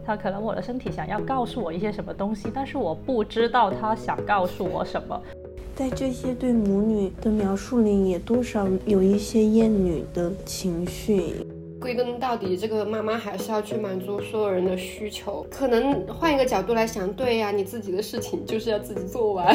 他可能我的身体想要告诉我一些什么东西，但是我不知道他想告诉我什么。 在这些对母女的描述里，也多少有一些厌女的情绪。 归根到底，这个妈妈还是要去满足所有人的需求。可能换一个角度来想，对呀，你自己的事情就是要自己做完。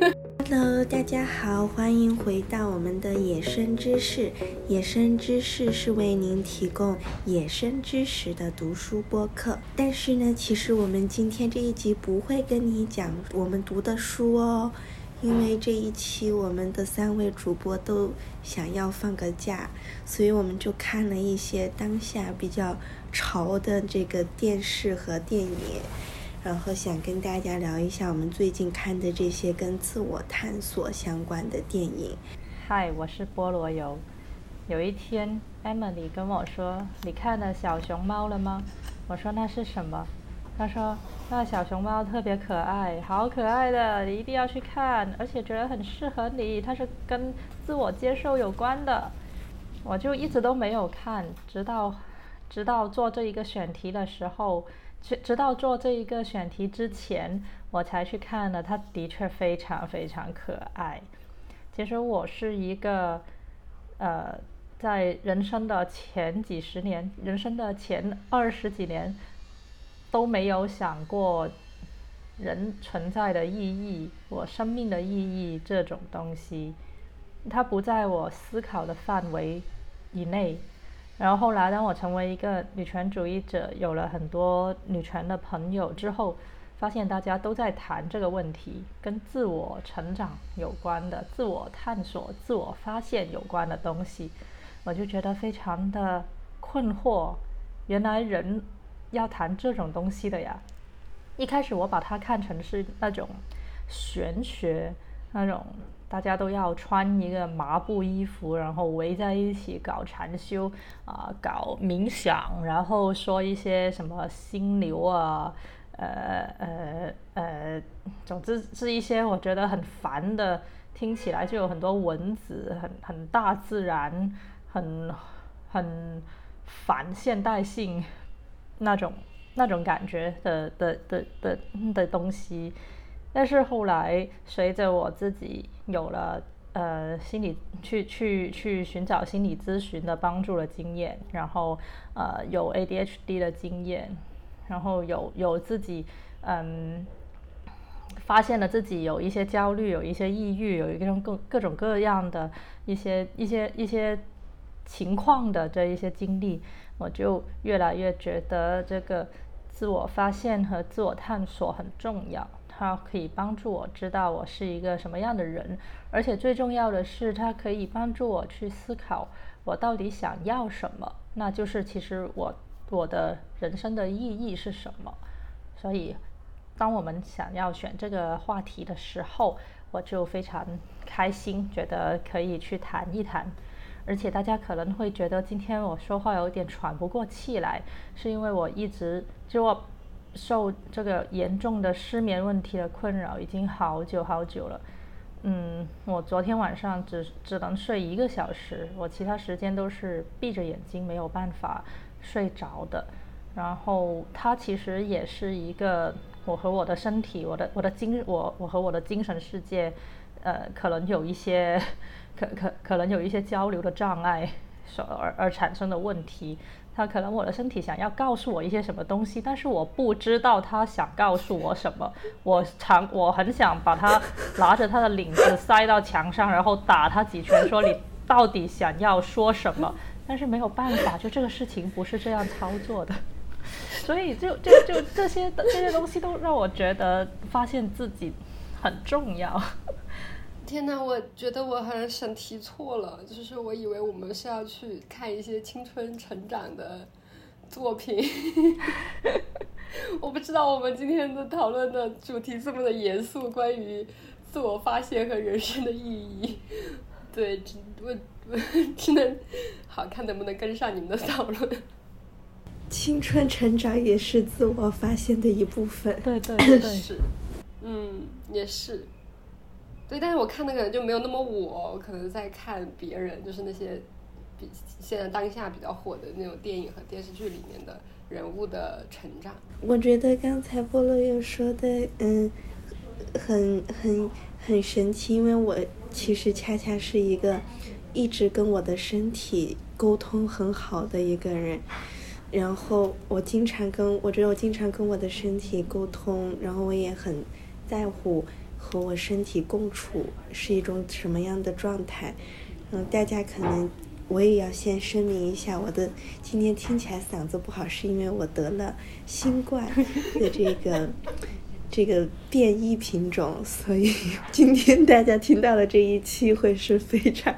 Hello， 大家好，欢迎回到我们的野生知识。野生知识是为您提供野生知识的读书播客。但是呢，其实我们今天这一集不会跟你讲我们读的书哦。因为这一期我们的3位主播都想要放个假，所以我们就看了一些当下比较潮的这个电视和电影，然后想跟大家聊一下我们最近看的这些跟自我探索相关的电影。 嗨，我是菠萝油。有一天 Emily 跟我说，你看了小熊猫了吗？我说那是什么？他说那小熊猫特别可爱，好可爱的，你一定要去看，而且觉得很适合你，它是跟自我接受有关的。我就一直都没有看，直到做这一个选题的时候，直到做这一个选题之前，我才去看了。它的确非常非常可爱。其实我是一个在人生的前几十年，人生的前20几年都没有想过人存在的意义，我生命的意义这种东西，它不在我思考的范围以内。然后后来当我成为一个女权主义者，有了很多女权的朋友之后，发现大家都在谈这个问题，跟自我成长有关的、自我探索、自我发现有关的东西，我就觉得非常的困惑，原来人要谈这种东西的呀。一开始我把它看成是那种玄学，那种大家都要穿一个麻布衣服，然后围在一起搞禅修搞冥想，然后说一些什么心流啊，总之是一些我觉得很烦的，听起来就有很多文字，很大自然，很反现代性那种感觉的东西。但是后来随着我自己有了心理去寻找心理咨询的帮助的经验，然后有 ADHD 的经验，然后有自己发现了自己有一些焦虑，有一些抑郁，有一种各种各样的一些情况的这一些经历，我就越来越觉得这个自我发现和自我探索很重要。它可以帮助我知道我是一个什么样的人，而且最重要的是它可以帮助我去思考我到底想要什么，那就是其实我的人生的意义是什么。所以当我们想要选这个话题的时候，我就非常开心，觉得可以去谈一谈。而且大家可能会觉得今天我说话有点喘不过气来，是因为我一直就受这个严重的失眠问题的困扰已经好久了。我昨天晚上只能睡1个小时，我其他时间都是闭着眼睛没有办法睡着的。然后它其实也是一个我和我的身体，我和我的精神世界可能有一些可能有一些交流的障碍而产生的问题。他可能我的身体想要告诉我一些什么东西，但是我不知道他想告诉我什么。我很想把他拿着他的领子塞到墙上，然后打他几拳，说你到底想要说什么？但是没有办法，就这个事情不是这样操作的。所以就这些东西都让我觉得发现自己很重要。 天哪，我觉得我好像审题错了，就是我以为我们是要去看一些青春成长的作品。我不知道我们今天的讨论的主题这么的严肃，关于自我发现和人生的意义。对，我只能好看能不能跟上你们的讨论。 青春成长也是自我发现的一部分。 对是，也是。对，但是我看的可能就没有那么我可能在看别人，就是那些现在当下比较火的那种电影和电视剧里面的人物的成长。 我觉得刚才菠萝有说的很神奇，因为我其实恰恰是一个一直跟我的身体沟通很好的一个人，然后我觉得我经常跟我的身体沟通，然后我也很在乎和我身体共处是一种什么样的状态。大家可能我也要先声明一下，我的今天听起来嗓子不好，是因为我得了新冠的这个变异品种，所以今天大家听到的这一期会是非常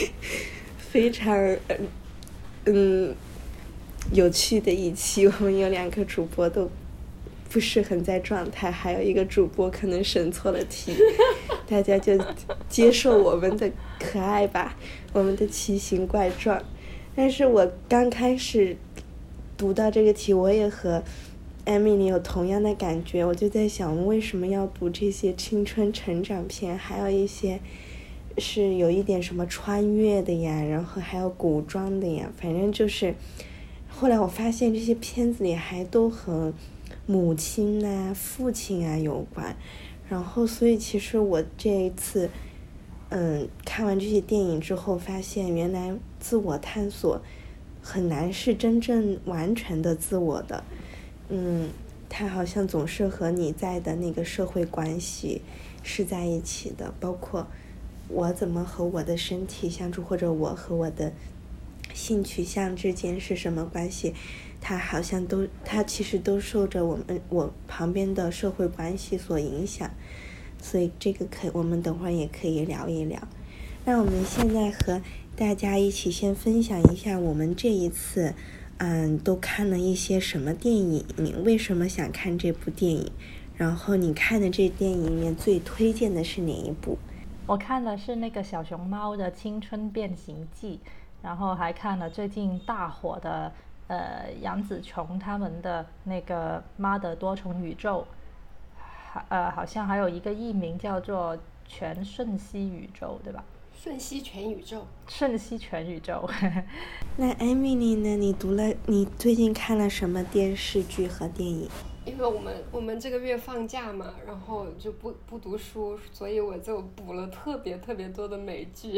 有趣的一期。我们有2个主播都不是很在状态，还有一个主播可能审错了题，大家就接受我们的可爱吧，我们的奇形怪状。但是我刚开始读到这个题，我也和Emily 有同样的感觉，我就在想，我们为什么要读这些青春成长片，还有一些是有一点什么穿越的呀，然后还有古装的呀，反正就是后来我发现这些片子里还都和母亲啊父亲啊有关，然后所以其实我这一次看完这些电影之后，发现原来自我探索很难是真正完全的自我的。它好像总是和你在的那个社会关系是在一起的，包括我怎么和我的身体相处，或者我和我的性取向之间是什么关系，它其实都受着我旁边的社会关系所影响，所以这个我们等会儿也可以聊一聊。那我们现在和大家一起先分享一下我们这一次都看了一些什么电影，你为什么想看这部电影，然后你看的这电影里面最推荐的是哪一部？ 我看的是那个小熊猫的青春变形记，然后还看了最近大火的杨紫琼他们的那个妈的多重宇宙，好像还有一个译名叫做全瞬息宇宙，对吧？ 瞬息全宇宙。 瞬息全宇宙。 那 Emily 呢？你最近看了什么电视剧和电影？ 因为我们这个月放假嘛，然后就不读书，所以我就补了特别多的美剧。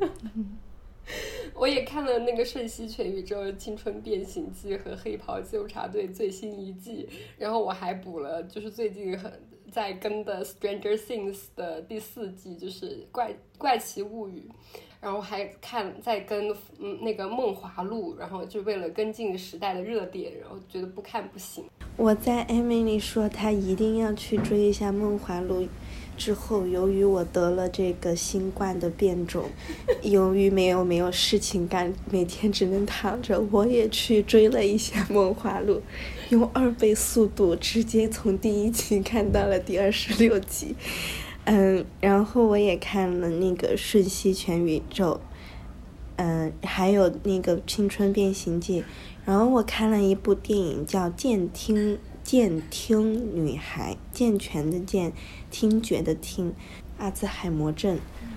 我也看了那个《瞬息全宇宙》《青春变形记》和《黑袍纠察队》最新一季，然后我还补了就是最近在跟的《Stranger Things》的第4季，就是怪奇物语，然后还在跟那个梦华录，然后就为了跟进时代的热点，然后觉得不看不行。 我在 Emily 说她一定要去追一下梦华录之后，由于我得了这个新冠的变种，由于没有事情干，每天只能躺着，我也去追了一下梦华录，用2倍速度直接从第1集看到了第26集。然后我也看了那个瞬息全宇宙，还有那个青春变形记，然后我看了一部电影叫健听女孩，健全的健，听觉的听，阿兹海默症。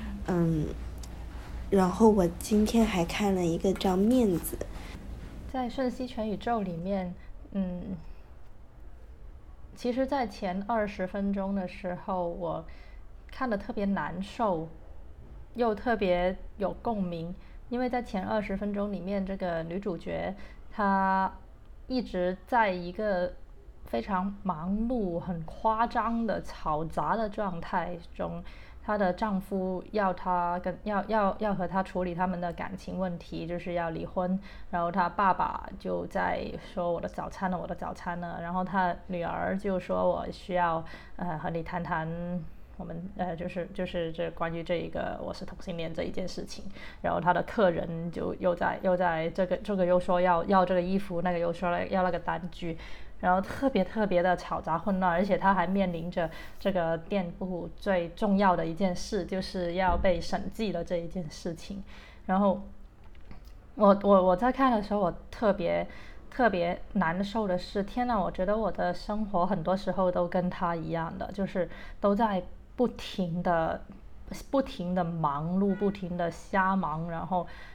然后我今天还看了一个叫面子。 在瞬息全宇宙里面，其实在前20分钟的时候我看得特别难受，又特别有共鸣，因为在前20分钟里面，这个女主角她一直在一个非常忙碌很夸张的吵杂的状态中，她的丈夫要和她处理他们的感情问题，就是要离婚，然后她爸爸就在说我的早餐呢，然后她女儿就说我需要和你谈谈我们就是这关于这一个我是同性恋这一件事情，然后他的客人就又在这个又说要这个衣服，那个又说要那个单据，然后特别的吵杂混乱，而且他还面临着这个店铺最重要的一件事，就是要被审计的这一件事情。然后我在看的时候，我特别难受的是，天哪，我觉得我的生活很多时候都跟他一样的，就是都在不停的忙碌，不停的瞎忙，然后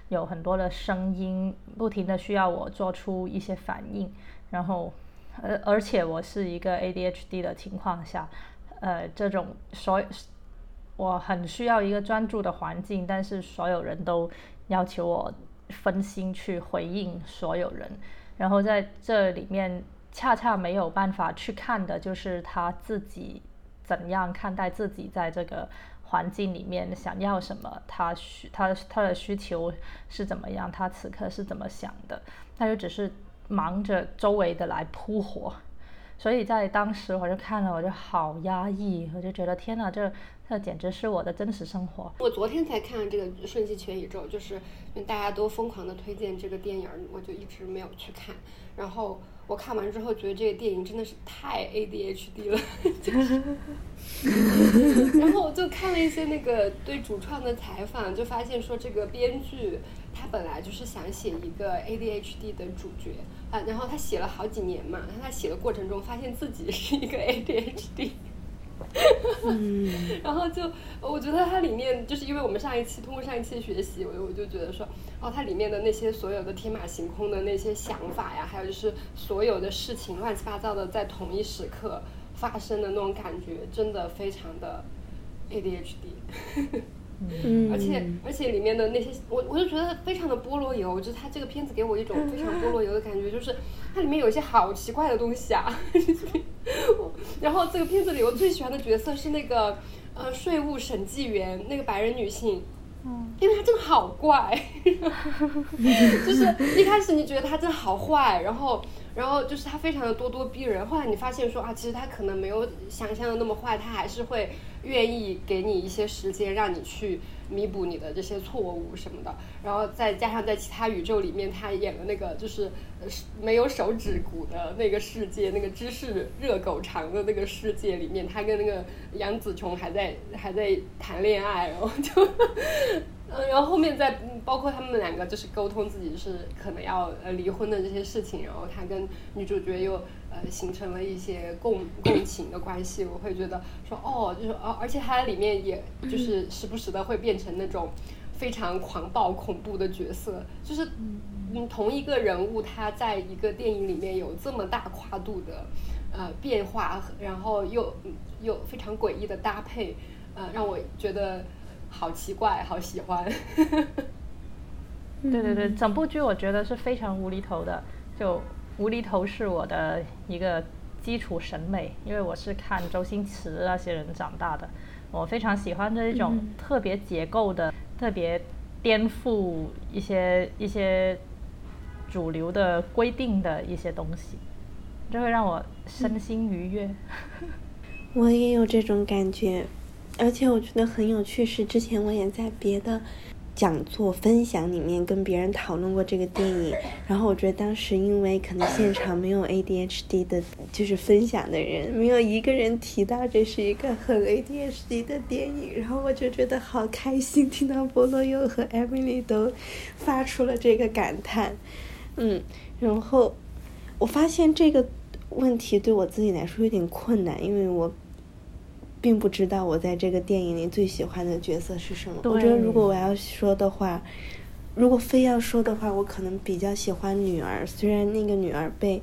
有很多的声音不停的需要我做出一些反应，然后而且我是一个 ADHD 的情况下，这种我很需要一个专注的环境，但是所有人都要求我分心去回应所有人，然后在这里面恰恰没有办法去看的就是他自己怎样看待自己在这个环境里面想要什么，他的需求是怎么样，他此刻是怎么想的，他就只是忙着周围的来扑火。所以在当时我就看了，我就好压抑，我就觉得天哪，这简直是我的真实生活。 我昨天才看了这个《瞬息全宇宙》，就是因为大家都疯狂的推荐这个电影，我就一直没有去看。然后我看完之后觉得这个电影真的是太 ADHD 了，然后我就看了一些那个对主创的采访，就发现说这个编剧他本来就是想写一个 ADHD 的主角啊，然后他写了好几年嘛，他写的过程中发现自己是一个 ADHD。然后就我觉得它里面就是因为我们通过上一期的学习，我就觉得说它里面的那些所有的天马行空的那些想法呀，还有就是所有的事情乱七八糟的在同一时刻发生的那种感觉，真的非常的 ADHD。而且里面的那些我就觉得非常的菠萝油，就是它这个片子给我一种非常菠萝油的感觉，就是它里面有一些好奇怪的东西啊。然后这个片子里我最喜欢的角色是那个税务审计员，那个白人女性，因为她真的好怪。就是一开始你觉得她真的好坏，然后就是她非常的咄咄逼人，后来你发现说其实她可能没有想象的那么坏，她还是会愿意给你一些时间让你去弥补你的这些错误什么的，然后再加上在其他宇宙里面她演了那个就是没有手指骨的那个世界，那个芝士热狗肠的那个世界里面，她跟那个杨紫琼还在谈恋爱，然后就然后后面再包括他们两个就是沟通自己是可能要离婚的这些事情，然后他跟女主角又形成了一些共情的关系，我会觉得说就是而且他里面也就是时不时的会变成那种非常狂暴恐怖的角色，就是同一个人物他在一个电影里面有这么大跨度的变化，然后又非常诡异的搭配，让我觉得好奇怪，好喜欢。 对，整部剧我觉得是非常无厘头的，就无厘头是我的一个基础审美，因为我是看周星驰那些人长大的，我非常喜欢这一种特别结构的、特别颠覆一些主流的规定的一些东西，就会让我身心愉悦。 我也有这种感觉，而且我觉得很有趣是，之前我也在别的讲座分享里面跟别人讨论过这个电影，然后我觉得当时因为可能现场没有 ADHD 的就是分享的人，没有一个人提到这是一个很 ADHD 的电影，然后我就觉得好开心，听到菠萝油和 Emily 都发出了这个感叹。然后我发现这个问题对我自己来说有点困难，因为我并不知道我在这个电影里最喜欢的角色是什么。我觉得如果我要说的话，如果非要说的话，我可能比较喜欢女儿，虽然那个女儿被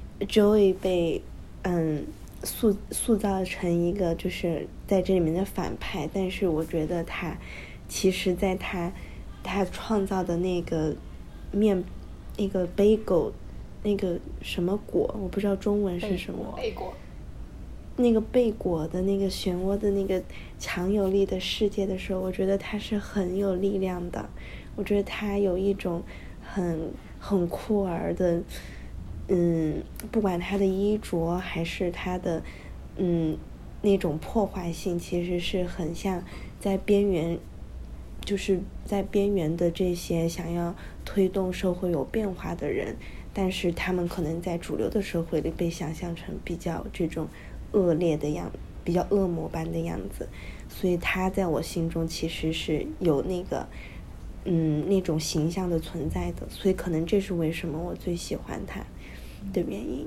Joey 被塑造成一个就是在这里面的反派，但是我觉得她其实在她创造的那个那个 bagel 那个什么果，我不知道中文是什么， 贝果， 那个贝果的那个漩涡的那个强有力的世界的时候，我觉得他是很有力量的，我觉得他有一种很酷儿的不管他的衣着还是他的那种破坏性，其实是很像在边缘，就是在边缘的这些想要推动社会有变化的人，但是他们可能在主流的社会里被想象成比较这种恶劣的比较恶魔般的样子，所以他在我心中其实是有那个那种形象的存在的，所以可能这是为什么我最喜欢他的原因。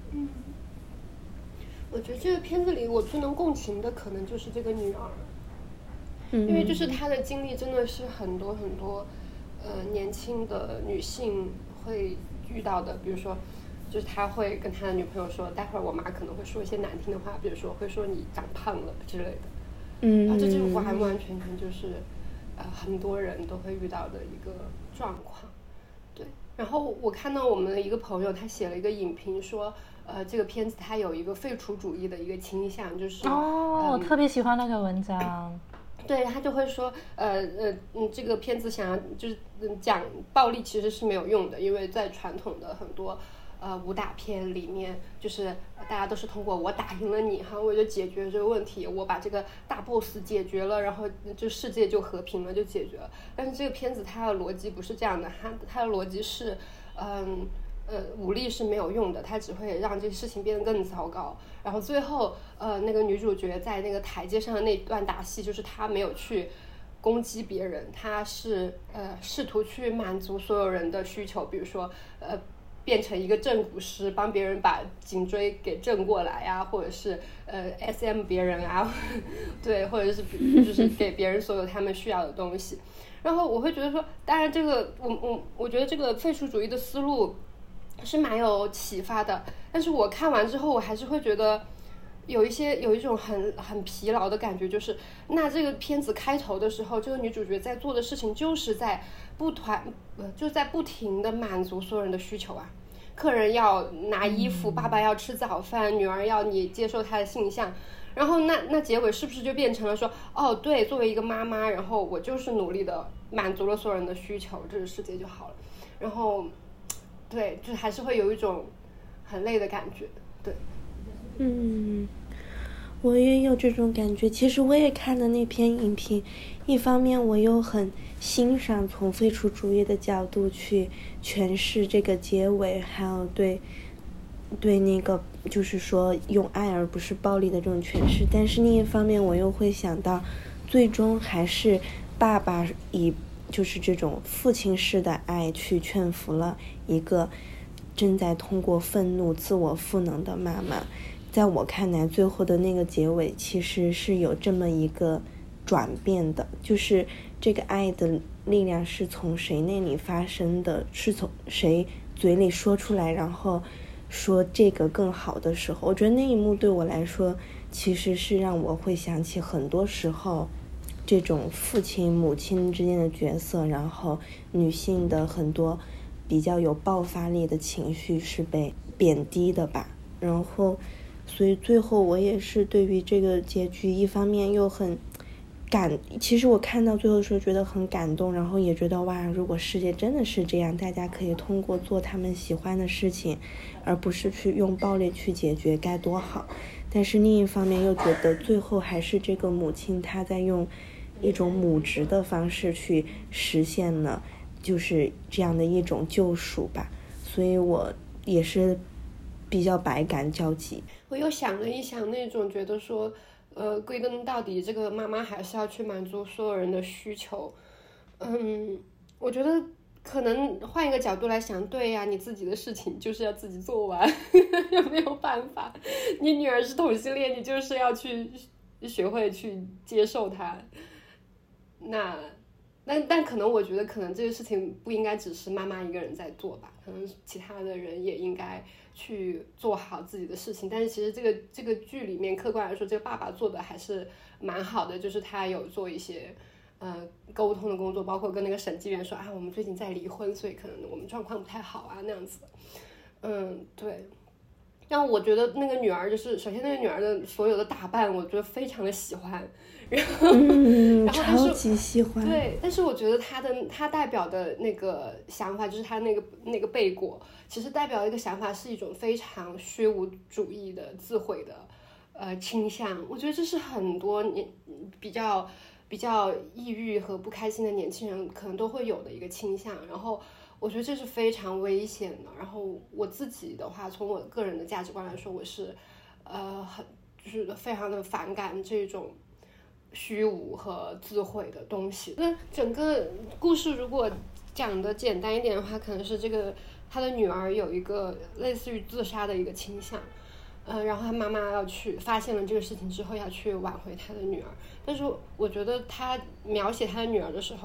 我觉得这个片子里我最能共情的可能就是这个女儿，因为就是她的经历真的是很多很多年轻的女性会遇到的，比如说就是他会跟他的女朋友说，待会儿我妈可能会说一些难听的话，比如说会说你长胖了之类的，然后这就完完全全就是很多人都会遇到的一个状况。对，然后我看到我们的一个朋友他写了一个影评说这个片子它有一个废除主义的一个倾向，就是我特别喜欢那个文章。 对，他就会说这个片子想要就是讲暴力其实是没有用的，因为在传统的很多武打片里面，就是大家都是通过我打赢了你哈，我就解决这个问题，我把这个大 boss 解决了，然后就世界就和平了，就解决了。但是这个片子它的逻辑不是这样的，它的逻辑是武力是没有用的，它只会让这个事情变得更糟糕。然后最后那个女主角在那个台阶上的那段打戏，就是她没有去攻击别人，她是试图去满足所有人的需求，比如说变成一个正骨师，帮别人把颈椎给正过来啊，或者是SM 别人啊，对，或者是就是给别人所有他们需要的东西。然后我会觉得说，当然这个我觉得这个废除主义的思路是蛮有启发的，但是我看完之后我还是会觉得有一种很疲劳的感觉，就是那这个片子开头的时候，这个女主角在做的事情就是在不停的满足所有人的需求啊，客人要拿衣服，爸爸要吃早饭，女儿要你接受她的性向，然后那结尾是不是就变成了说，哦对，作为一个妈妈，然后我就是努力的满足了所有人的需求，这个世界就好了。然后对，就还是会有一种很累的感觉。对， 我也有这种感觉。其实我也看了那篇影评，一方面我又很欣赏从废除主义的角度去诠释这个结尾，还有对那个就是说用爱而不是暴力的这种诠释，但是另一方面我又会想到，最终还是爸爸以就是这种父亲式的爱去劝服了一个正在通过愤怒自我赋能的妈妈。在我看来，最后的那个结尾其实是有这么一个转变的，就是这个爱的力量是从谁那里发生的，是从谁嘴里说出来，然后说这个更好的时候，我觉得那一幕对我来说其实是让我会想起很多时候这种父亲母亲之间的角色，然后女性的很多比较有爆发力的情绪是被贬低的吧。然后所以最后我也是对于这个结局一方面又很其实我看到最后的时候觉得很感动，然后也觉得哇，如果世界真的是这样，大家可以通过做他们喜欢的事情，而不是去用暴力去解决，该多好。但是另一方面又觉得最后还是这个母亲她在用一种母职的方式去实现了就是这样的一种救赎吧，所以我也是比较百感交集。 我又想了一想，那种觉得说归根到底这个妈妈还是要去满足所有人的需求，我觉得可能换一个角度来想，对呀，你自己的事情就是要自己做完有没有办法？你女儿是同性恋，你就是要去学会去接受她。但可能我觉得可能这个事情不应该只是妈妈一个人在做吧，可能其他的人也应该去做好自己的事情。但是其实这个剧里面客观来说，这个爸爸做的还是蛮好的，就是他有做一些沟通的工作，包括跟那个审计员说啊，我们最近在离婚，所以可能我们状况不太好啊那样子的。对。让我觉得那个女儿就是首先那个女儿的所有的打扮我觉得非常的喜欢，然后超级喜欢。 对，但是我觉得她代表的那个想法，就是她那个贝果其实代表的一个想法是一种非常虚无主义的自毁的倾向。我觉得这是很多比较抑郁和不开心的年轻人可能都会有的一个倾向，然后我觉得这是非常危险的。然后我自己的话，从我个人的价值观来说，我是就是非常的反感这种虚无和自毁的东西。那整个故事如果讲的简单一点的话，可能是他的女儿有一个类似于自杀的一个倾向，然后他妈妈要去发现了这个事情之后要去挽回他的女儿。但是我觉得他描写他的女儿的时候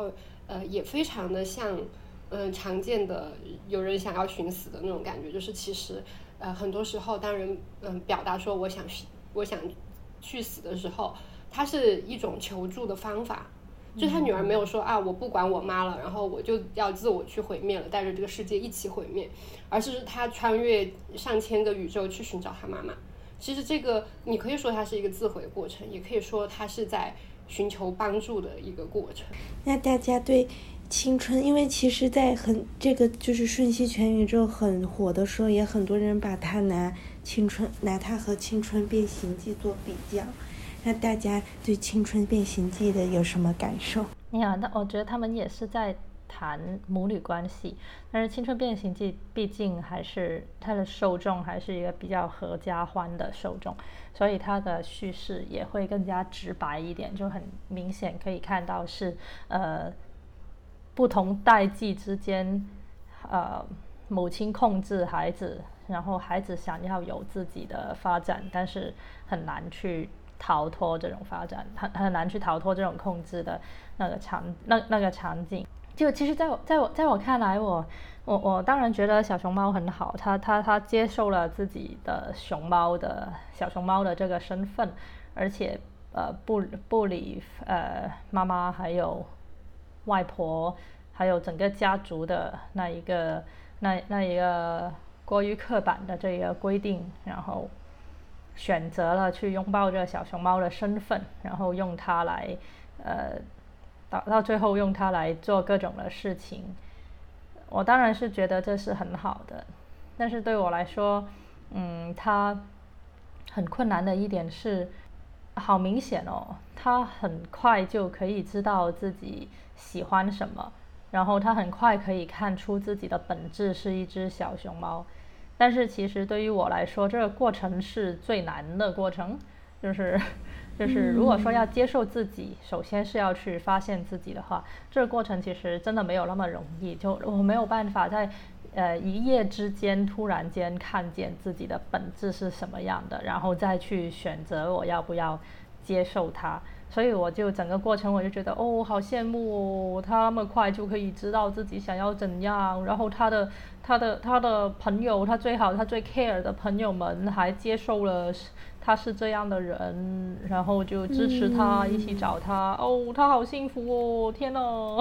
也非常的像常见的有人想要寻死的那种感觉，就是其实很多时候当人表达说我想去死的时候，它是一种求助的方法。就他女儿没有说啊，我不管我妈了，然后我就要自我去毁灭了，带着这个世界一起毁灭，而是他穿越上千个宇宙去寻找他妈妈。其实这个你可以说它是一个自毁过程，也可以说它是在寻求帮助的一个过程。 那大家对青春，因为其实在这个就是瞬息全宇宙很火的时候，也很多人把它拿它和青春变形记做比较。那大家对青春变形记的有什么感受？ 那我觉得他们也是在谈母女关系，但是青春变形记毕竟还是它的受众还是一个比较合家欢的受众，所以它的叙事也会更加直白一点，就很明显可以看到是不同代际之间母亲控制孩子，然后孩子想要有自己的发展，但是很难去逃脱这种发展，很难去逃脱这种控制的那个场景。就其实在我看来，我当然觉得小熊猫很好，它接受了自己的小熊猫的这个身份，而且不理妈妈还有外婆还有整个家族的那一个过于刻板的这个规定，然后选择了去拥抱这小熊猫的身份，然后用它来到最后用它来做各种的事情。我当然是觉得这是很好的，但是对我来说它很困难的一点是，好明显哦，它很快就可以知道自己喜欢什么，然后它很快可以看出自己的本质是一只小熊猫。但是其实对于我来说，这个过程是最难的过程，就是如果说要接受自己，首先是要去发现自己的话，这个过程其实真的没有那么容易。就我没有办法在一夜之间突然间看见自己的本质是什么样的，然后再去选择我要不要接受它。所以我就整个过程我就觉得好羡慕哦，他那么快就可以知道自己想要怎样，然后他的朋友，他最 care 的朋友们还接受了他是这样的人，然后就支持他一起找他。他好幸福哦，天哪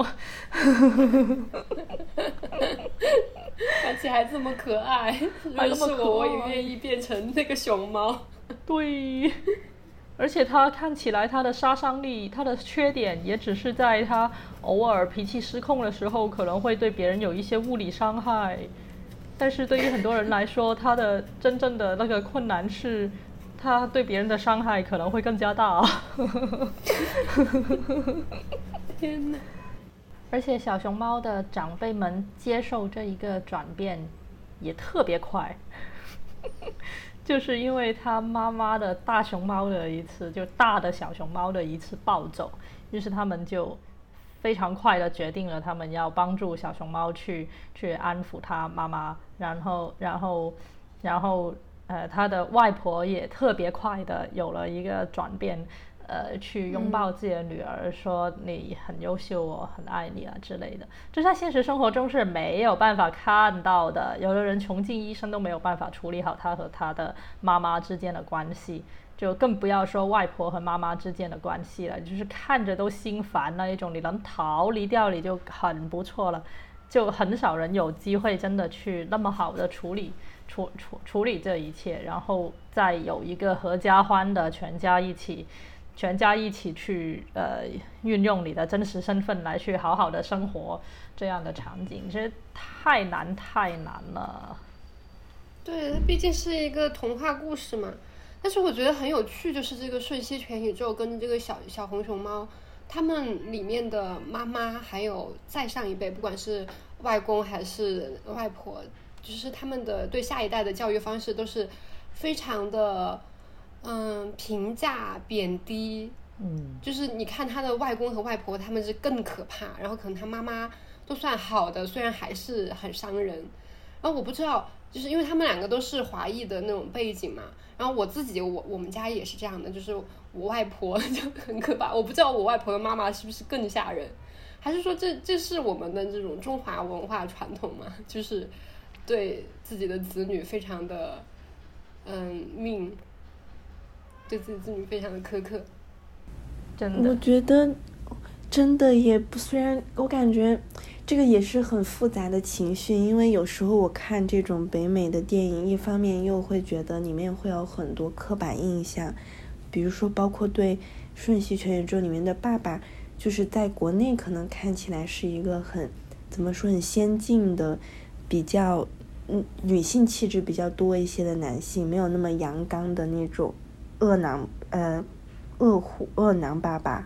而且还这么可爱，如果是我也愿意变成那个熊猫。 对，而且他看起来他的杀伤力，他的缺点也只是在他偶尔脾气失控的时候可能会对别人有一些物理伤害，但是对于很多人来说，他的真正的那个困难是他对别人的伤害可能会更加大。 天哪！ 而且小熊猫的长辈们接受这一个转变也特别快。就是因为他妈妈的大熊猫的一次，就大的小熊猫的一次暴走，于是他们就非常快的决定了他们要帮助小熊猫去安抚他妈妈，然后他的外婆也特别快的有了一个转变，去拥抱自己的女儿，说你很优秀，我很爱你啊之类的。这在现实生活中是没有办法看到的，有的人穷尽一生都没有办法处理好他和他的妈妈之间的关系，就更不要说外婆和妈妈之间的关系了，就是看着都心烦那一种，你能逃离掉你就很不错了，就很少人有机会真的去那么好的处理这一切，然后再有一个合家欢的全家一起去运用你的真实身份来去好好的生活，这样的场景其实太难了。 对，它毕竟是一个童话故事嘛。但是我觉得很有趣，就是这个瞬息全宇宙跟这个小红熊猫，他们里面的妈妈还有再上一辈，不管是外公还是外婆，就是他们的对下一代的教育方式都是非常的评价贬低。就是你看他的外公和外婆他们是更可怕，然后可能他妈妈都算好的，虽然还是很伤人。然后我不知道，就是因为他们两个都是华裔的那种背景嘛，然后我们家也是这样的，就是我外婆就很可怕，我不知道我外婆的妈妈是不是更吓人。 还是说这是我们的这种中华文化传统嘛？就是对自己的子女非常的命，对自己子女非常的苛刻。 真的， 我觉得真的也不，虽然我感觉这个也是很复杂的情绪，因为有时候我看这种北美的电影，一方面又会觉得里面会有很多刻板印象，比如说包括对《瞬息全宇宙》里面的爸爸，就是在国内可能看起来是一个很怎么说很先进的，比较女性气质比较多一些的男性，没有那么阳刚的那种恶男爸爸。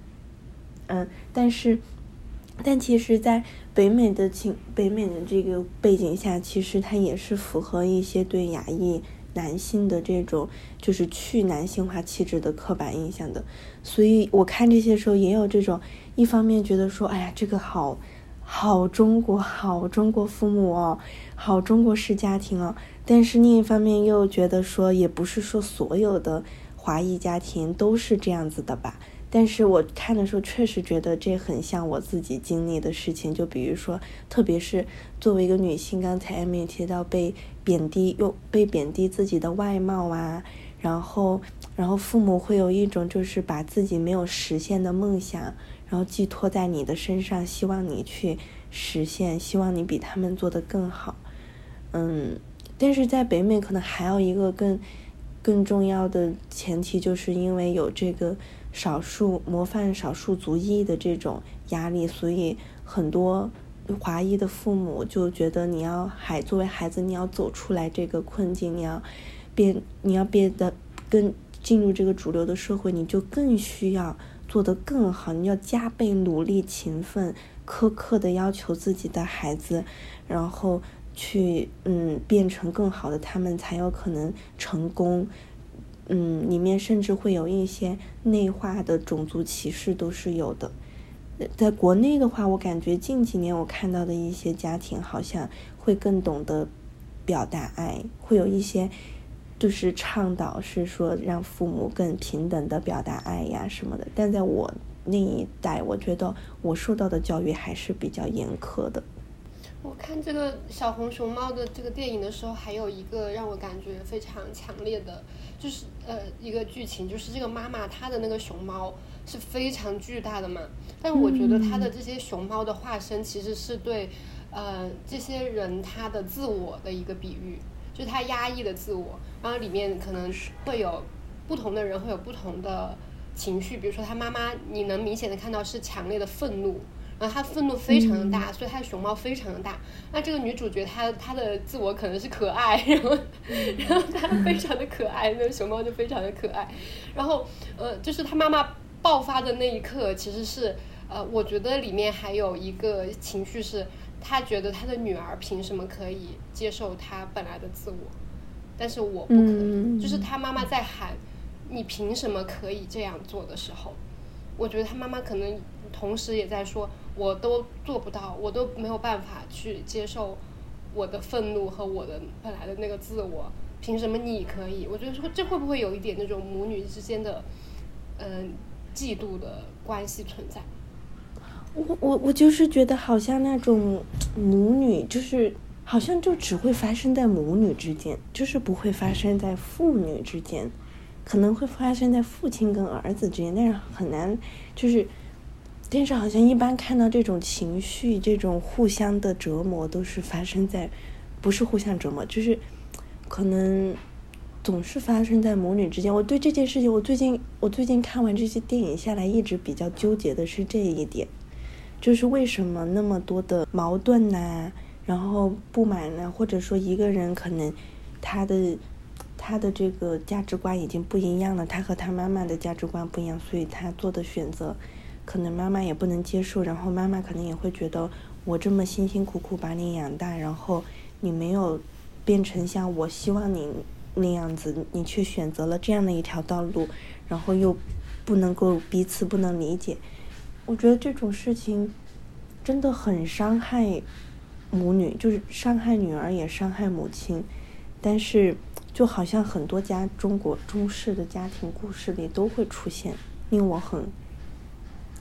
但其实在北美的这个背景下，其实它也是符合一些对亚裔男性的这种就是去男性化气质的刻板印象的。所以我看这些时候也有这种，一方面觉得说，哎呀，这个好中国，好中国父母哦，好中国式家庭哦，但是另一方面又觉得说，也不是说所有的华裔家庭都是这样子的吧。但是我看的时候确实觉得这很像我自己经历的事情，就比如说特别是作为一个女性，刚才艾米提到被贬低自己的外貌啊，然后父母会有一种就是把自己没有实现的梦想然后寄托在你的身上，希望你去实现，希望你比他们做得更好。但是在北美可能还有一个更重要的前提，就是因为有这个模范少数族裔的这种压力，所以很多华裔的父母就觉得作为孩子你要走出来这个困境，你要变得跟进入这个主流的社会，你就更需要做得更好，你要加倍努力勤奋苛刻的要求自己的孩子，然后去变成更好的他们才有可能成功。里面甚至会有一些内化的种族歧视都是有的。在国内的话，我感觉近几年我看到的一些家庭好像会更懂得表达爱，会有一些就是倡导是说让父母更平等的表达爱呀什么的。但在我那一代，我觉得我受到的教育还是比较严苛的。 我看这个小红熊猫的这个电影的时候，还有一个让我感觉非常强烈的，就是一个剧情，就是这个妈妈她的那个熊猫是非常巨大的嘛，但是我觉得她的这些熊猫的化身其实是对这些人他的自我的一个比喻，就是他压抑的自我，然后里面可能会有不同的人会有不同的情绪，比如说他妈妈你能明显的看到是强烈的愤怒，然后她愤怒非常的大，所以她的熊猫非常的大。那这个女主角她的自我可能是可爱，然后她非常的可爱，那个熊猫就非常的可爱。然后就是她妈妈爆发的那一刻，其实是我觉得里面还有一个情绪是，她觉得她的女儿凭什么可以接受她本来的自我，但是我不可以。就是她妈妈在喊你凭什么可以这样做的时候，我觉得她妈妈可能同时也在说，我都做不到，我都没有办法去接受我的愤怒和我的本来的那个自我，凭什么你可以？我觉得说这会不会有一点那种母女之间的嫉妒的关系存在？ 我就是觉得好像那种母女就是好像就只会发生在母女之间，就是不会发生在父女之间，可能会发生在父亲跟儿子之间，但是很难但是好像一般看到这种情绪，这种互相的折磨都是发生在，不是互相折磨，就是可能总是发生在母女之间。我对这件事情，我最近看完这些电影下来，一直比较纠结的是这一点，就是为什么那么多的矛盾啊，然后不满啊，或者说一个人可能他的这个价值观已经不一样了，他和他妈妈的价值观不一样，所以他做的选择可能妈妈也不能接受，然后妈妈可能也会觉得我这么辛辛苦苦把你养大，然后你没有变成像我希望你那样子，你却选择了这样的一条道路，然后又不能够彼此不能理解。我觉得这种事情真的很伤害母女，就是伤害女儿也伤害母亲。但是就好像很多中式的家庭故事里都会出现，令我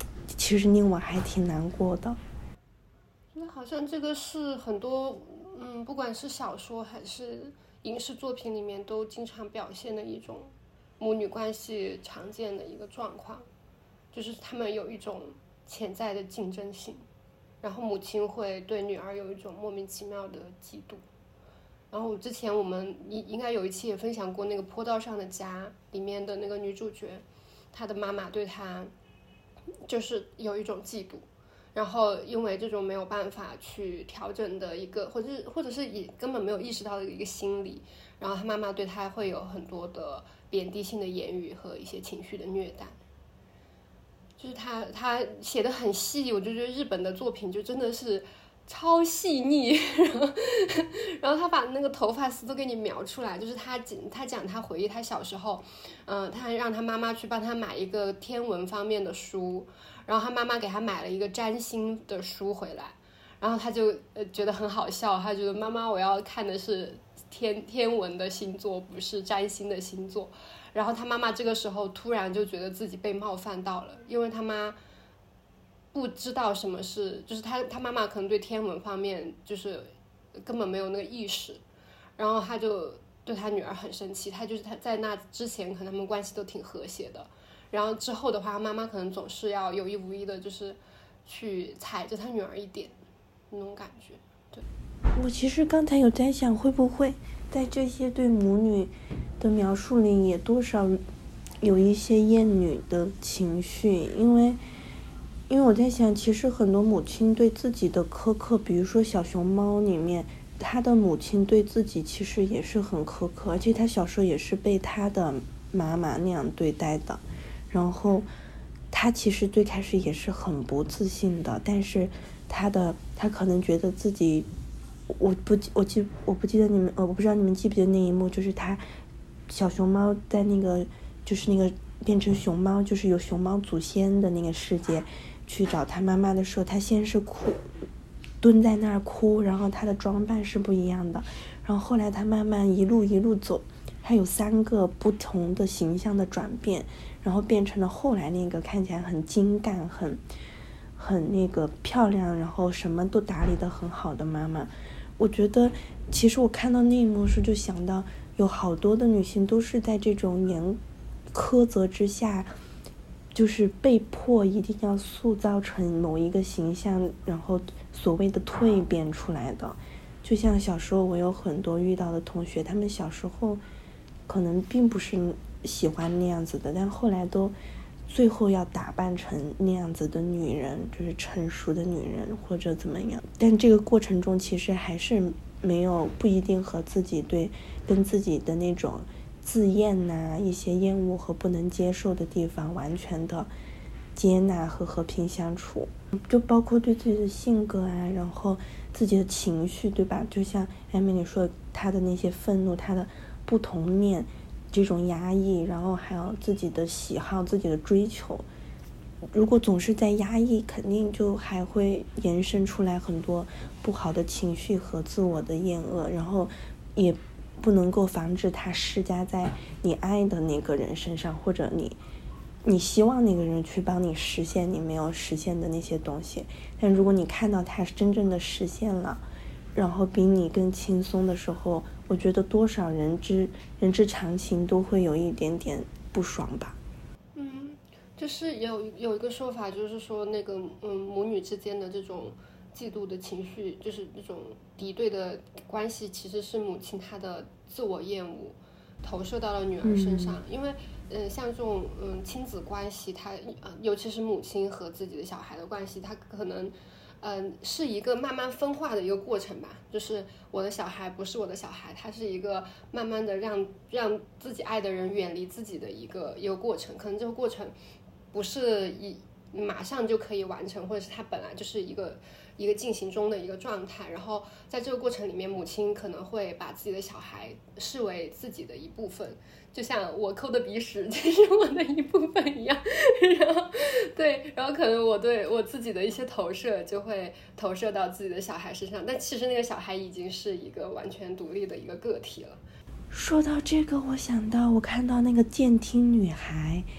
其实令我还挺难过的。 那好像这个是很多不管是小说还是影视作品里面都经常表现的一种母女关系常见的一个状况，就是他们有一种潜在的竞争性，然后母亲会对女儿有一种莫名其妙的嫉妒。然后之前我们应该有一期也分享过那个坡道上的家里面的那个女主角，她的妈妈对她就是有一种嫉妒，然后因为这种没有办法去调整的一个，或者是也根本没有意识到的一个心理，然后她妈妈对她会有很多的贬低性的言语和一些情绪的虐待。就是他写的很细，我就觉得日本的作品就真的是超细腻，然后他把那个头发丝都给你描出来，就是他讲他回忆他小时候，他让他妈妈去帮他买一个天文方面的书，然后他妈妈给他买了一个占星的书回来，然后他就觉得很好笑，他觉得妈妈我要看的是天文的星座，不是占星的星座。然后他妈妈这个时候突然就觉得自己被冒犯到了，因为他妈不知道什么是，就是他妈妈可能对天文方面就是根本没有那个意识，然后他就对他女儿很生气。他在那之前可能他们关系都挺和谐的，然后之后的话妈妈可能总是要有意无意的就是去踩着他女儿一点那种感觉。对， 我其实刚才有在想，会不会在这些对母女的描述里也多少有一些厌女的情绪，因为我在想，其实很多母亲对自己的苛刻，比如说小熊猫里面，他的母亲对自己其实也是很苛刻，而且他小时候也是被他的妈妈那样对待的，然后他其实最开始也是很不自信的，但是他可能觉得自己，我不记得你们，我不知道你们记不记得那一幕，就是他小熊猫在那个变成熊猫，就是有熊猫祖先的那个世界去找他妈妈的时候，他先是哭，蹲在那儿哭，然后他的装扮是不一样的，然后后来他慢慢一路走，他有3个不同的形象的转变，然后变成了后来那个看起来很精干很那个漂亮，然后什么都打理得很好的妈妈。我觉得其实我看到那一幕时就想到有好多的女性都是在这种严苛责之下，就是被迫一定要塑造成某一个形象，然后所谓的蜕变出来的。就像小时候我有很多遇到的同学，他们小时候可能并不是喜欢那样子的，但后来都最后要打扮成那样子的女人，就是成熟的女人或者怎么样，但这个过程中其实还是不一定和跟自己的那种自厌呐，一些厌恶和不能接受的地方完全的接纳和和平相处，就包括对自己的性格啊，然后自己的情绪，对吧？就像艾米丽说，她的那些愤怒，她的不同面，这种压抑，然后还有自己的喜好，自己的追求，如果总是在压抑，肯定就还会延伸出来很多不好的情绪和自我的厌恶，然后也不能够防止它施加在你爱的那个人身上，或者你希望那个人去帮你实现你没有实现的那些东西。但如果你看到他真正的实现了，然后比你更轻松的时候，我觉得多少人之常情都会有一点点不爽吧。 就是有一个说法，就是说那个母女之间的这种嫉妒的情绪，就是这种敌对的关系，其实是母亲她的自我厌恶投射到了女儿身上。因为像这种亲子关系，它尤其是母亲和自己的小孩的关系，它可能是一个慢慢分化的一个过程吧。就是我的小孩不是我的小孩，它是一个慢慢的让自己爱的人远离自己的一个过程。可能这个过程不是马上就可以完成，或者是它本来就是一个进行中的一个状态。然后在这个过程里面，母亲可能会把自己的小孩视为自己的一部分，就像我抠的鼻屎就是我的一部分一样。然后可能我对我自己的一些投射就会投射到自己的小孩身上，但其实那个小孩已经是一个完全独立的一个个体了。 说到这个，我想到我看到那个监听女孩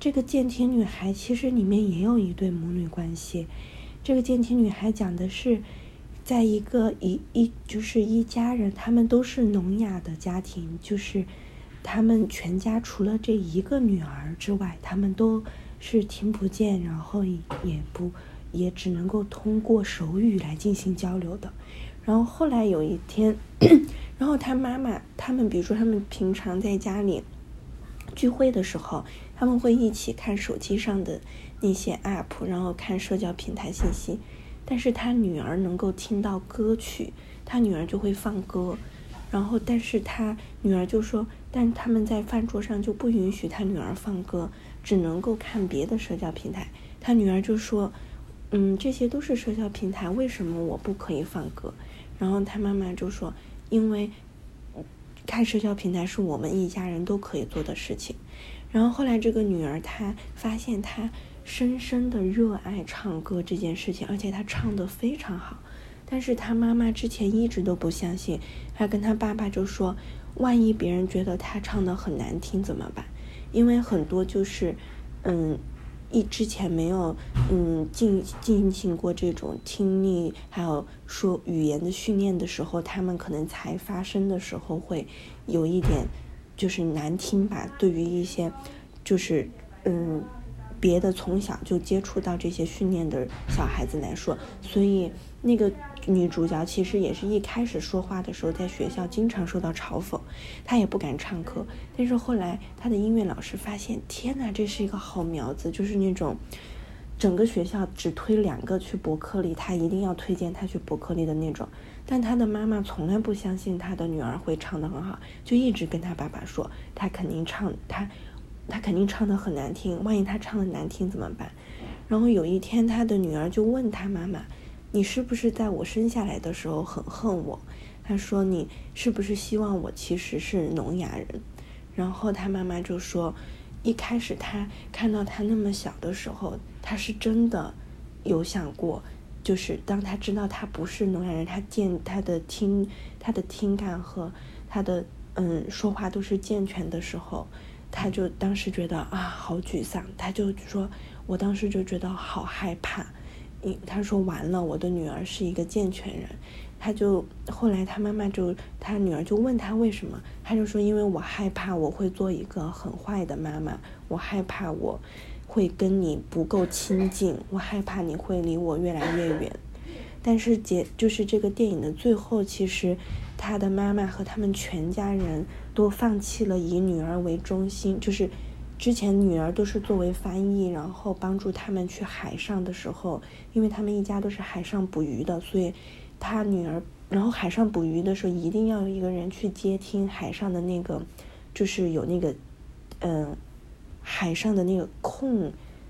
这个健听女孩其实里面也有一对母女关系。这个健听女孩讲的是在一个就是一家人，他们都是聋哑的家庭，就是他们全家除了这一个女儿之外，他们都是听不见，然后也只能够通过手语来进行交流的。然后后来有一天然后他们比如说他们平常在家里聚会的时候，他们会一起看手机上的那些 app， 然后看社交平台信息。但是他女儿能够听到歌曲，他女儿就会放歌，然后但是他女儿就说，但他们在饭桌上就不允许他女儿放歌，只能够看别的社交平台。他女儿就说，这些都是社交平台，为什么我不可以放歌？然后他妈妈就说，因为看社交平台是我们一家人都可以做的事情。然后后来这个女儿她发现她深深的热爱唱歌这件事情，而且她唱得非常好。但是她妈妈之前一直都不相信，她跟她爸爸就说，万一别人觉得她唱得很难听怎么办？因为很多就是之前没有进行过这种听力还有说语言的训练的时候，他们可能才发声的时候会有一点就是难听吧，对于一些就是别的从小就接触到这些训练的小孩子来说。所以那个女主角其实也是一开始说话的时候在学校经常受到嘲讽，她也不敢唱歌。但是后来她的音乐老师发现，天哪，这是一个好苗子，就是那种整个学校只推2个去伯克利，她一定要推荐她去伯克利的那种。但她的妈妈从来不相信她的女儿会唱得很好，就一直跟她爸爸说，她肯定唱得很难听，万一她唱得难听怎么办？然后有一天她的女儿就问她妈妈，你是不是在我生下来的时候很恨我？她说，你是不是希望我其实是聋哑人？然后她妈妈就说，一开始她看到她那么小的时候，她是真的有想过，就是当她知道她不是聋哑人，她的听感和她的说话都是健全的时候，她就当时觉得好沮丧。她就说，我当时就觉得好害怕。她说完了，我的女儿是一个健全人。后来她女儿就问她为什么，她就说，因为我害怕我会做一个很坏的妈妈，我害怕我会跟你不够亲近，我害怕你会离我越来越远。但是就是这个电影的最后，其实她的妈妈和他们全家人都放弃了以女儿为中心，就是之前女儿都是作为翻译，然后帮助他们去海上的时候，因为他们一家都是海上捕鱼的，所以他女儿然后海上捕鱼的时候一定要有一个人去接听海上的那个，就是有那个海上的那个控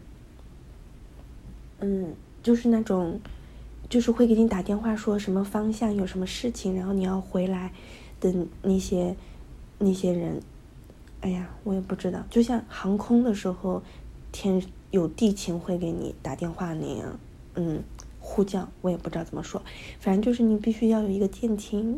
就是那种就是会给你打电话说什么方向有什么事情，然后你要回来的那些人。哎呀，我也不知道，就像航空的时候有地勤会给你打电话那样呼叫，我也不知道怎么说。反正就是你必须要有一个监听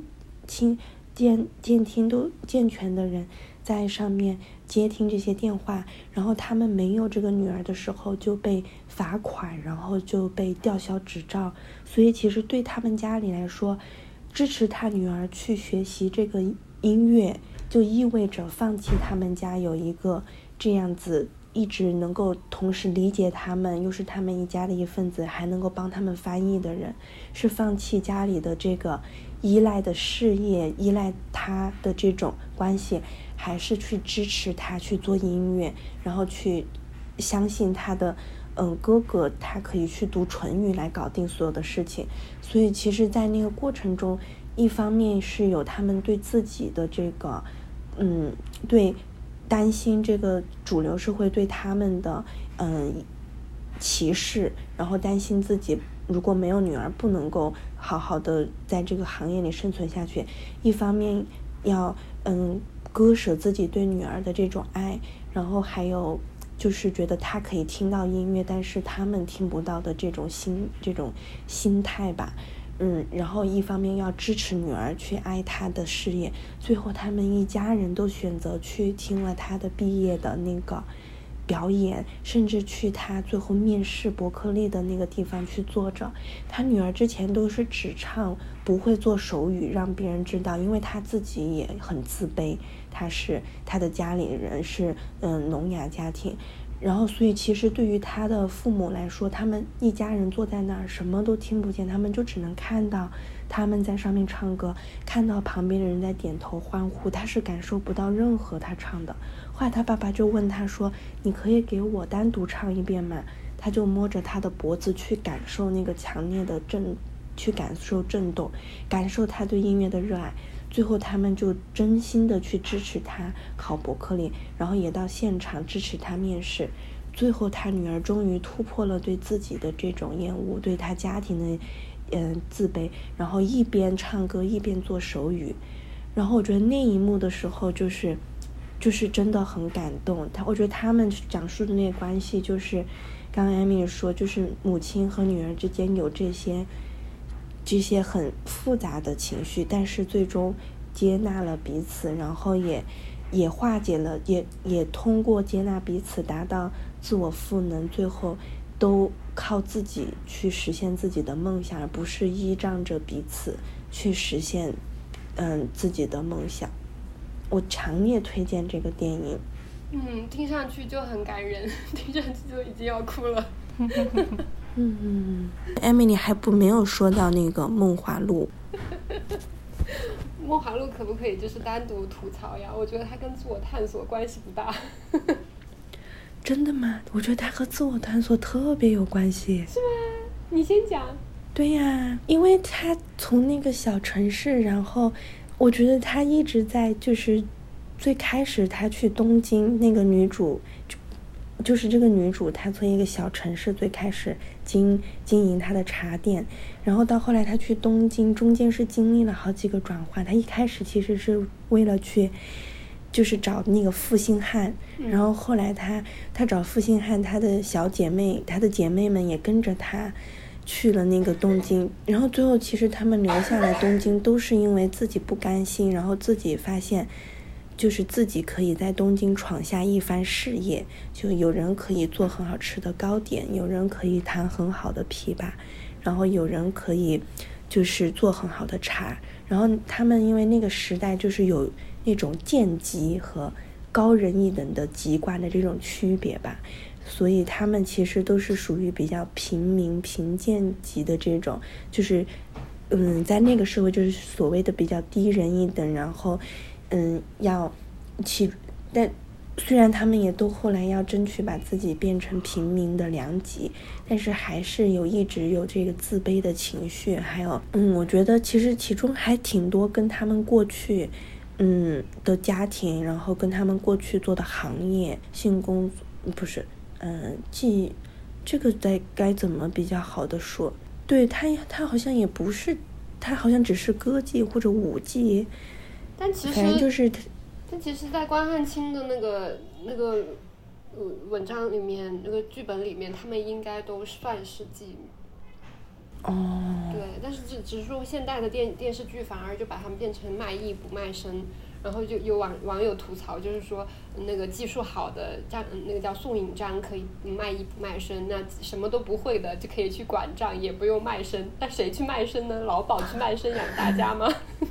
都健全的人在上面接听这些电话。然后他们没有这个女儿的时候就被罚款，然后就被吊销执照。所以其实对他们家里来说，支持他女儿去学习这个音乐就意味着放弃他们家有一个这样子一直能够同时理解他们，又是他们一家的一份子，还能够帮他们翻译的人，是放弃家里的这个依赖的事业，依赖他的这种关系，还是去支持他去做音乐，然后去相信他的哥哥他可以去读唇语来搞定所有的事情。所以其实在那个过程中，一方面是有他们对自己的这个对担心这个主流社会对他们的歧视，然后担心自己如果没有女儿不能够好好的在这个行业里生存下去，一方面要割舍自己对女儿的这种爱，然后还有就是觉得他可以听到音乐，但是他们听不到的这种心态吧。然后一方面要支持女儿去爱她的事业，最后他们一家人都选择去听了她的毕业的那个表演，甚至去他最后面试伯克利的那个地方去坐着。他女儿之前都是只唱，不会做手语让别人知道，因为他自己也很自卑，他的家里人是聋哑家庭，然后所以其实对于他的父母来说，他们一家人坐在那儿什么都听不见，他们就只能看到他们在上面唱歌，看到旁边的人在点头欢呼，他是感受不到任何他唱的。后来他爸爸就问他说，你可以给我单独唱一遍吗？他就摸着他的脖子去感受那个强烈的去感受震动，感受他对音乐的热爱。最后他们就真心的去支持他考伯克利，然后也到现场支持他面试。最后他女儿终于突破了对自己的这种厌恶，对他家庭的自卑，然后一边唱歌一边做手语。然后我觉得那一幕的时候就是真的很感动。我觉得他们讲述的那个关系，就是刚刚艾米说，就是母亲和女儿之间有这些很复杂的情绪，但是最终接纳了彼此，然后也化解了，也通过接纳彼此达到自我赋能，最后都靠自己去实现自己的梦想，而不是依仗着彼此去实现自己的梦想。我强烈推荐这个电影。 听上去就很感人，听上去就已经要哭了。 Emily 还没有说到那个梦华录。 梦华录可不可以就是单独吐槽呀？我觉得它跟自我探索关系不大。 真的吗？我觉得它和自我探索特别有关系。 是吗？你先讲。 对呀，因为他从那个小城市，然后我觉得他一直在，就是最开始他去东京，那个女主就是这个女主，她从一个小城市最开始经营她的茶店，然后到后来她去东京，中间是经历了好几个转换。她一开始其实是为了去就是找那个负心汉，然后后来她找负心汉，她的姐妹们也跟着她去了那个东京，然后最后其实他们留下来东京都是因为自己不甘心，然后自己发现就是自己可以在东京闯下一番事业，就有人可以做很好吃的糕点，有人可以弹很好的琵琶，然后有人可以就是做很好的茶，然后他们因为那个时代就是有那种贱籍和高人一等的籍贯的这种区别吧，所以他们其实都是属于比较贫贱级的这种，就是在那个社会就是所谓的比较低人一等，然后但虽然他们也都后来要争取把自己变成平民的良级，但是还是一直有这个自卑的情绪，还有我觉得其实其中还挺多跟他们过去的家庭，然后跟他们过去做的行业性工作不是这个该怎么比较好的说？对，他好像也不是，他好像只是歌妓或者舞妓， 但其实反正就是但其实在关汉卿的那个文章里面，那个剧本里面，他们应该都算是妓女。对，但是只是说现代的电视剧反而就把他们变成卖艺不卖身，然后就有网友吐槽，就是说那个技术好的那个叫宋引章可以卖艺不卖身，那什么都不会的就可以去管账，也不用卖身，那谁去卖身呢？劳保去卖身养大家吗？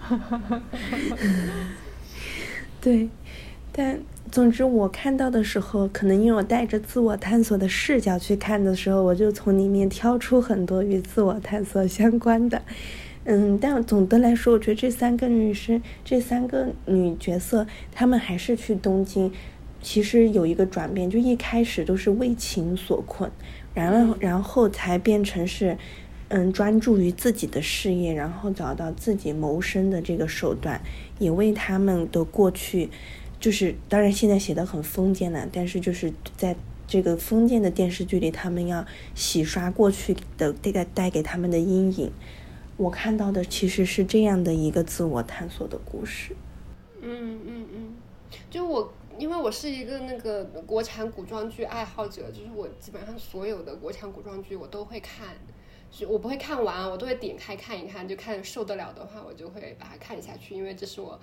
对，但总之我看到的时候，可能因为我带着自我探索的视角去看的时候，我就从里面挑出很多与自我探索相关的但总的来说，我觉得这三个女角色，她们还是去东京，其实有一个转变，就一开始都是为情所困，然后才变成是专注于自己的事业，然后找到自己谋生的这个手段，也为他们的过去，就是当然现在写得很封建了，但是就是在这个封建的电视剧里，他们要洗刷过去的带给他们的阴影。我看到的其实是这样的一个自我探索的故事。 就因为我是一个那个国产古装剧爱好者，就是我基本上所有的国产古装剧我都会看，我不会看完，我都会点开看一看，就看受得了的话我就会把它看下去，因为这是我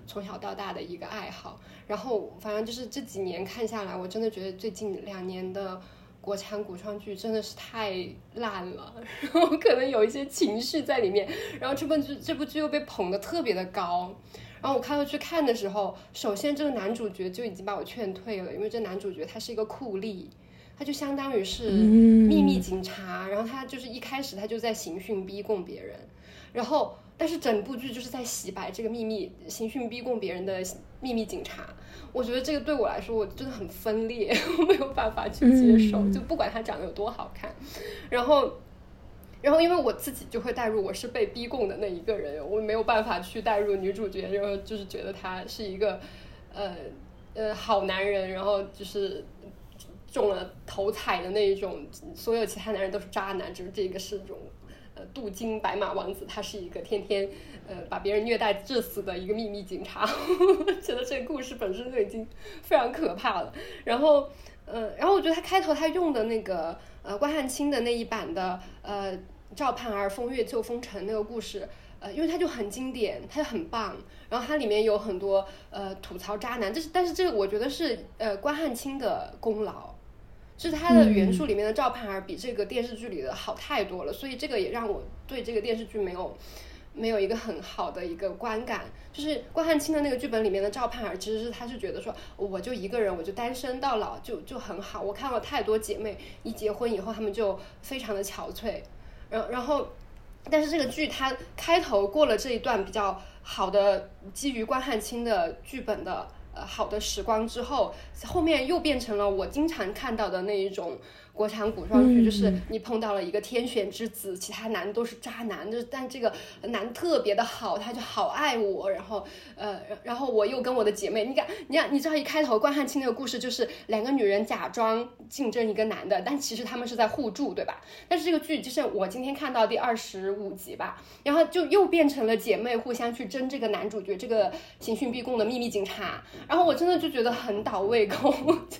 从小到大的一个爱好。然后反正就是这几年看下来，我真的觉得最近2年的国产古装剧真的是太烂了，然后可能有一些情绪在里面，然后这部剧又被捧得特别的高。然后我开头去看的时候，首先这个男主角就已经把我劝退了，因为这男主角他是一个酷吏，他就相当于是秘密警察，然后他就是一开始他就在刑讯逼供别人，然后但是整部剧就是在洗白这个刑讯逼供别人的秘密警察。我觉得这个对我来说我真的很分裂，我没有办法去接受，就不管他长得有多好看。然后因为我自己就会带入我是被逼供的那一个人，我没有办法去带入女主角，然后就是觉得他是一个好男人，然后就是中了头彩的那一种，所有其他男人都是渣男，就是这个是这种镀金白马王子，他是一个天天把别人虐待致死的一个秘密警察。我觉得这个故事本身就已经非常可怕了。然后我觉得他开头他用的那个关汉卿的那一版的赵盼儿风月救风尘那个故事，因为它就很经典，它就很棒，然后它里面有很多吐槽渣男，但是这个我觉得是关汉卿的功劳，就是他的原著里面的赵盼儿比这个电视剧里的好太多了，所以这个也让我对这个电视剧没有一个很好的一个观感。就是关汉卿的那个剧本里面的赵盼儿，其实是他是觉得说我就一个人，我就单身到老就很好。我看了太多姐妹一结婚以后她们就非常的憔悴，然后但是这个剧它开头过了这一段比较好的基于关汉卿的剧本的好的时光之后，后面又变成了我经常看到的那一种国产古装剧，就是你碰到了一个天选之子，其他男都是渣男，就是但这个男特别的好，他就好爱我，然后我又跟我的姐妹，你知道一开头关汉卿那个故事就是2个女人假装竞争一个男的，但其实他们是在互助，对吧？但是这个剧就是我今天看到第25集吧，然后就又变成了姐妹互相去争这个男主角，这个刑讯逼供的秘密警察，然后我真的就觉得很倒胃口。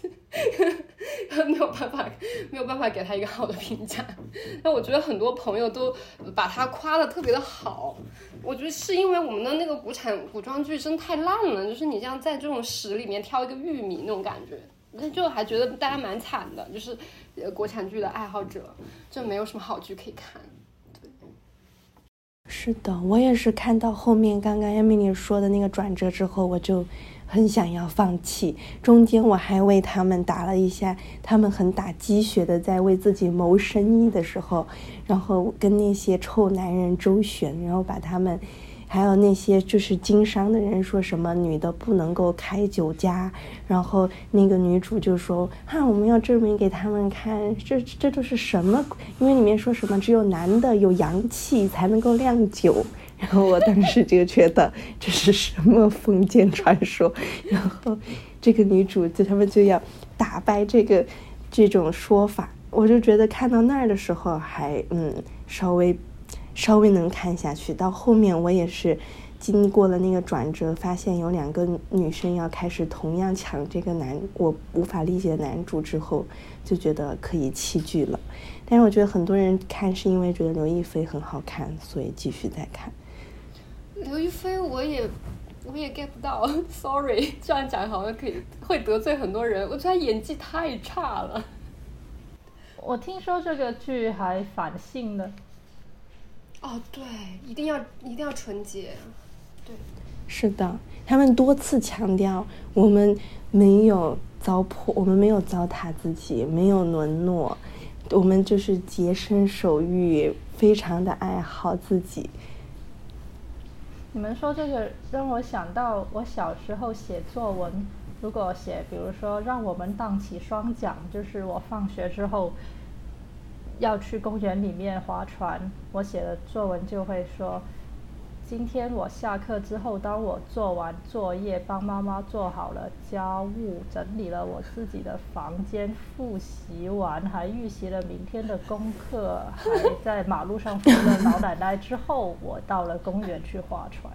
没有办法给他一个好的评价。但我觉得很多朋友都把他夸得特别的好，我觉得是因为我们的那个国产古装剧真太烂了，就是你像在这种屎里面挑一个玉米那种感觉，那就还觉得大家蛮惨的，就是国产剧的爱好者，就没有什么好剧可以看。对， 是的，我也是看到后面刚刚 Emily 说的那个转折之后，我就很想要放弃，中间我还为他们打了一下，他们很打鸡血的在为自己谋生意的时候，然后跟那些臭男人周旋，然后把他们还有那些就是经商的人说什么女的不能够开酒家，然后那个女主就说我们要证明给他们看，这都是什么，因为里面说什么只有男的有阳气才能够酿酒，然后我当时就觉得这是什么封建传说，然后这个女主他们就要打败这种说法，我就觉得看到那儿的时候还稍微能看下去，到后面我也是经过了那个转折，发现有2个女生要开始同样抢这个我无法理解的男主之后，就觉得可以弃剧了。但是我觉得很多人看是因为觉得刘亦菲很好看，所以继续再看。 刘亦菲我也 get 不到，sorry， 这样讲好像会得罪很多人，我觉得她演技太差了。 我听说这个剧还反性的。 哦，对，一定要纯洁，对， 是的，他们多次强调我们没有糟蹋自己，没有沦落，我们就是洁身守玉，非常的爱好自己。 你们说这个让我想到我小时候写作文，如果写比如说让我们荡起双桨，就是我放学之后要去公园里面划船，我写的作文就会说，今天我下课之后，当我做完作业，帮妈妈做好了家务，整理了我自己的房间，复习完还预习了明天的功课，还在马路上扶了老奶奶之后，我到了公园去划船。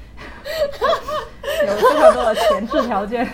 有非常多的前置条件。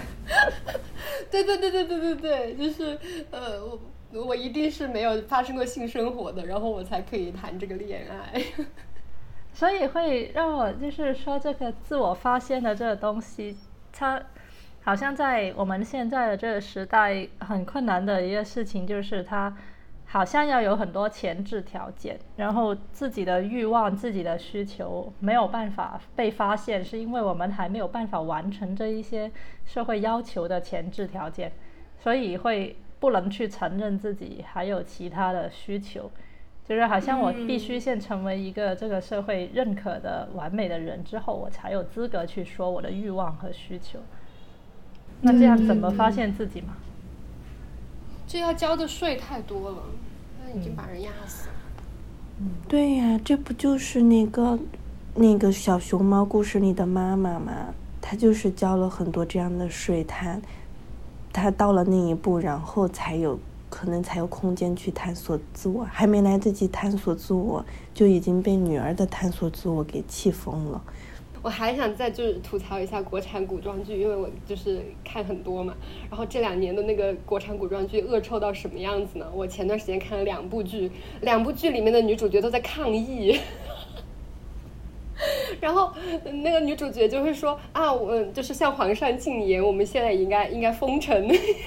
对，就是我一定是没有发生过性生活的，然后我才可以谈这个恋爱。 所以会让我就是说，这个自我发现的这个东西，它好像在我们现在的这个时代很困难的一个事情，就是它好像要有很多前置条件，然后自己的欲望、自己的需求没有办法被发现，是因为我们还没有办法完成这一些社会要求的前置条件，所以会不能去承认自己还有其他的需求。就是好像我必须先成为一个这个社会认可的完美的人之后，我才有资格去说我的欲望和需求。那这样怎么发现自己嘛？ 这要交的税太多了，那已经把人压死了。 对呀，这不就是那个小熊猫故事里的妈妈吗？她就是交了很多这样的税，她到了那一步，然后可能才有空间去探索自我，还没来得及探索自我，就已经被女儿的探索自我给气疯了。 我还想再就是吐槽一下国产古装剧，因为我就是看很多嘛，然后这2年的那个国产古装剧恶臭到什么样子呢？我前段时间看了2部剧里面的女主角都在抗议。然后那个女主角就会说啊，我就是向皇上进言，我们现在应该封城。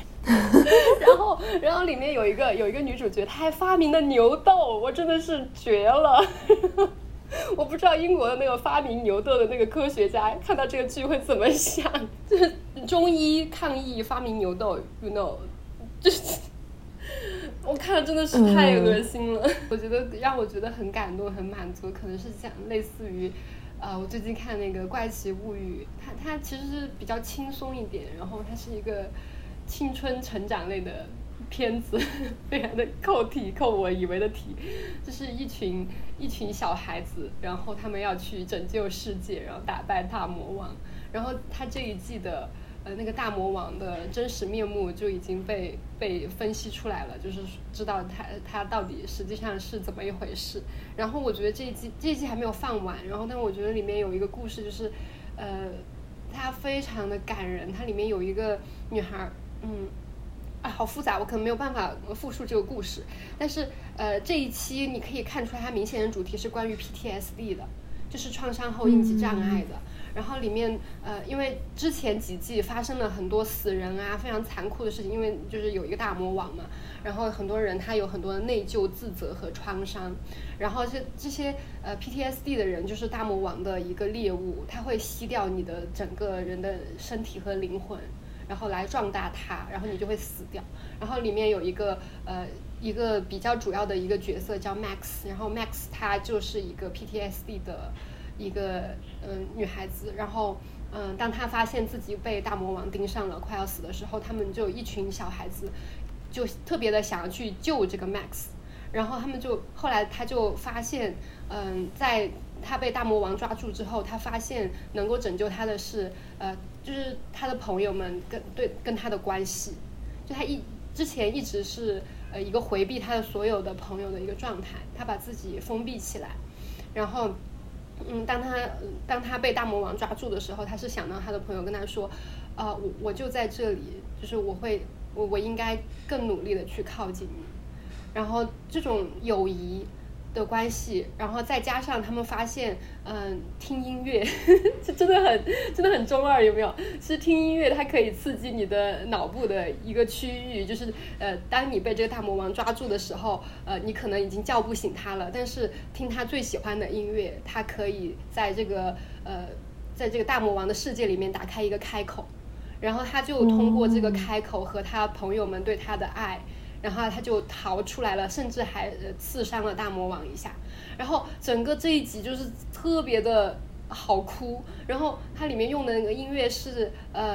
然后里面有一个女主角，她还发明了牛痘，我真的是绝了。我不知道英国的那个发明牛痘的那个科学家看到这个剧会怎么想，就是中医抗议发明牛痘 ，you know， 就是我看了真的是太恶心了。我觉得让我觉得很感动、很满足，可能是像类似于，我最近看那个《怪奇物语》，它其实是比较轻松一点，然后它是一个青春成长类的片子，非常的扣我以为的题，就是一群小孩子，然后他们要去拯救世界，然后打败大魔王，然后他这一季的那个大魔王的真实面目就已经被分析出来了，就是知道他到底实际上是怎么一回事。然后我觉得这一季还没有放完，然后但我觉得里面有一个故事，就是它非常的感人，它里面有一个女孩，好复杂，我可能没有办法复述这个故事，但是这一期你可以看出来它明显的主题是关于 PTSD 的，就是创伤后应激障碍的。然后里面因为之前几季发生了很多死人啊，非常残酷的事情，因为就是有一个大魔王嘛，然后很多人他有很多的内疚、自责和创伤，然后这些PTSD 的人就是大魔王的一个猎物，他会吸掉你的整个人的身体和灵魂，然后来壮大它，然后你就会死掉。然后里面有一个比较主要的一个角色叫 Max， 然后 Max 她就是一个 PTSD 的一个女孩子，然后当她发现自己被大魔王盯上了，快要死的时候，他们就一群小孩子就特别的想要去救这个 Max， 然后后来他就发现在他被大魔王抓住之后，他发现能够拯救他的是就是他的朋友们跟他的关系，就他之前一直是一个回避他的所有的朋友的一个状态，他把自己封闭起来，然后当他被大魔王抓住的时候，他是想到他的朋友跟他说我就在这里，就是我应该更努力的去靠近你，然后这种友谊的关系，然后再加上他们发现听音乐这真的很中二，有没有？是听音乐它可以刺激你的脑部的一个区域，就是当你被这个大魔王抓住的时候，你可能已经叫不醒他了，但是听他最喜欢的音乐，他可以在这个大魔王的世界里面打开一个开口，然后他就通过这个开口和他朋友们对他的爱，然后他就逃出来了，甚至还刺伤了大魔王一下。然后整个这一集就是特别的好哭，然后它里面用的那个音乐是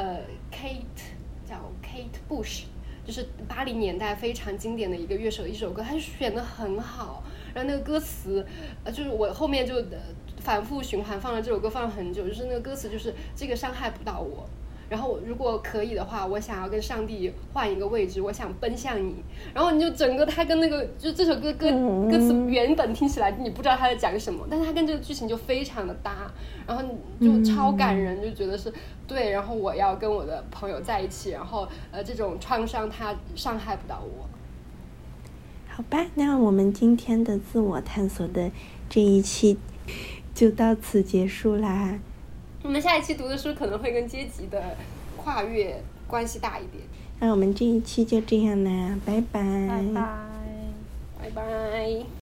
Kate Bush， 就是80年代非常经典的一个乐手的一首歌，他就选得很好，然后那个歌词就是我后面就反复循环放了这首歌放了很久，就是那个歌词就是这个伤害不到我，然后如果可以的话，我想要跟上帝换一个位置，我想奔向你。然后你就整个他跟那个就这首歌歌词原本听起来你不知道他在讲什么，但是他跟这个剧情就非常的搭，然后就超感人，就觉得是对，然后我要跟我的朋友在一起，然后这种创伤它伤害不到我。 好吧，那我们今天的自我探索的这一期就到此结束啦。 我们下一期读的书可能会跟阶级的跨越关系大一点。 那我们这一期就这样啦，拜拜。 拜拜。 拜拜。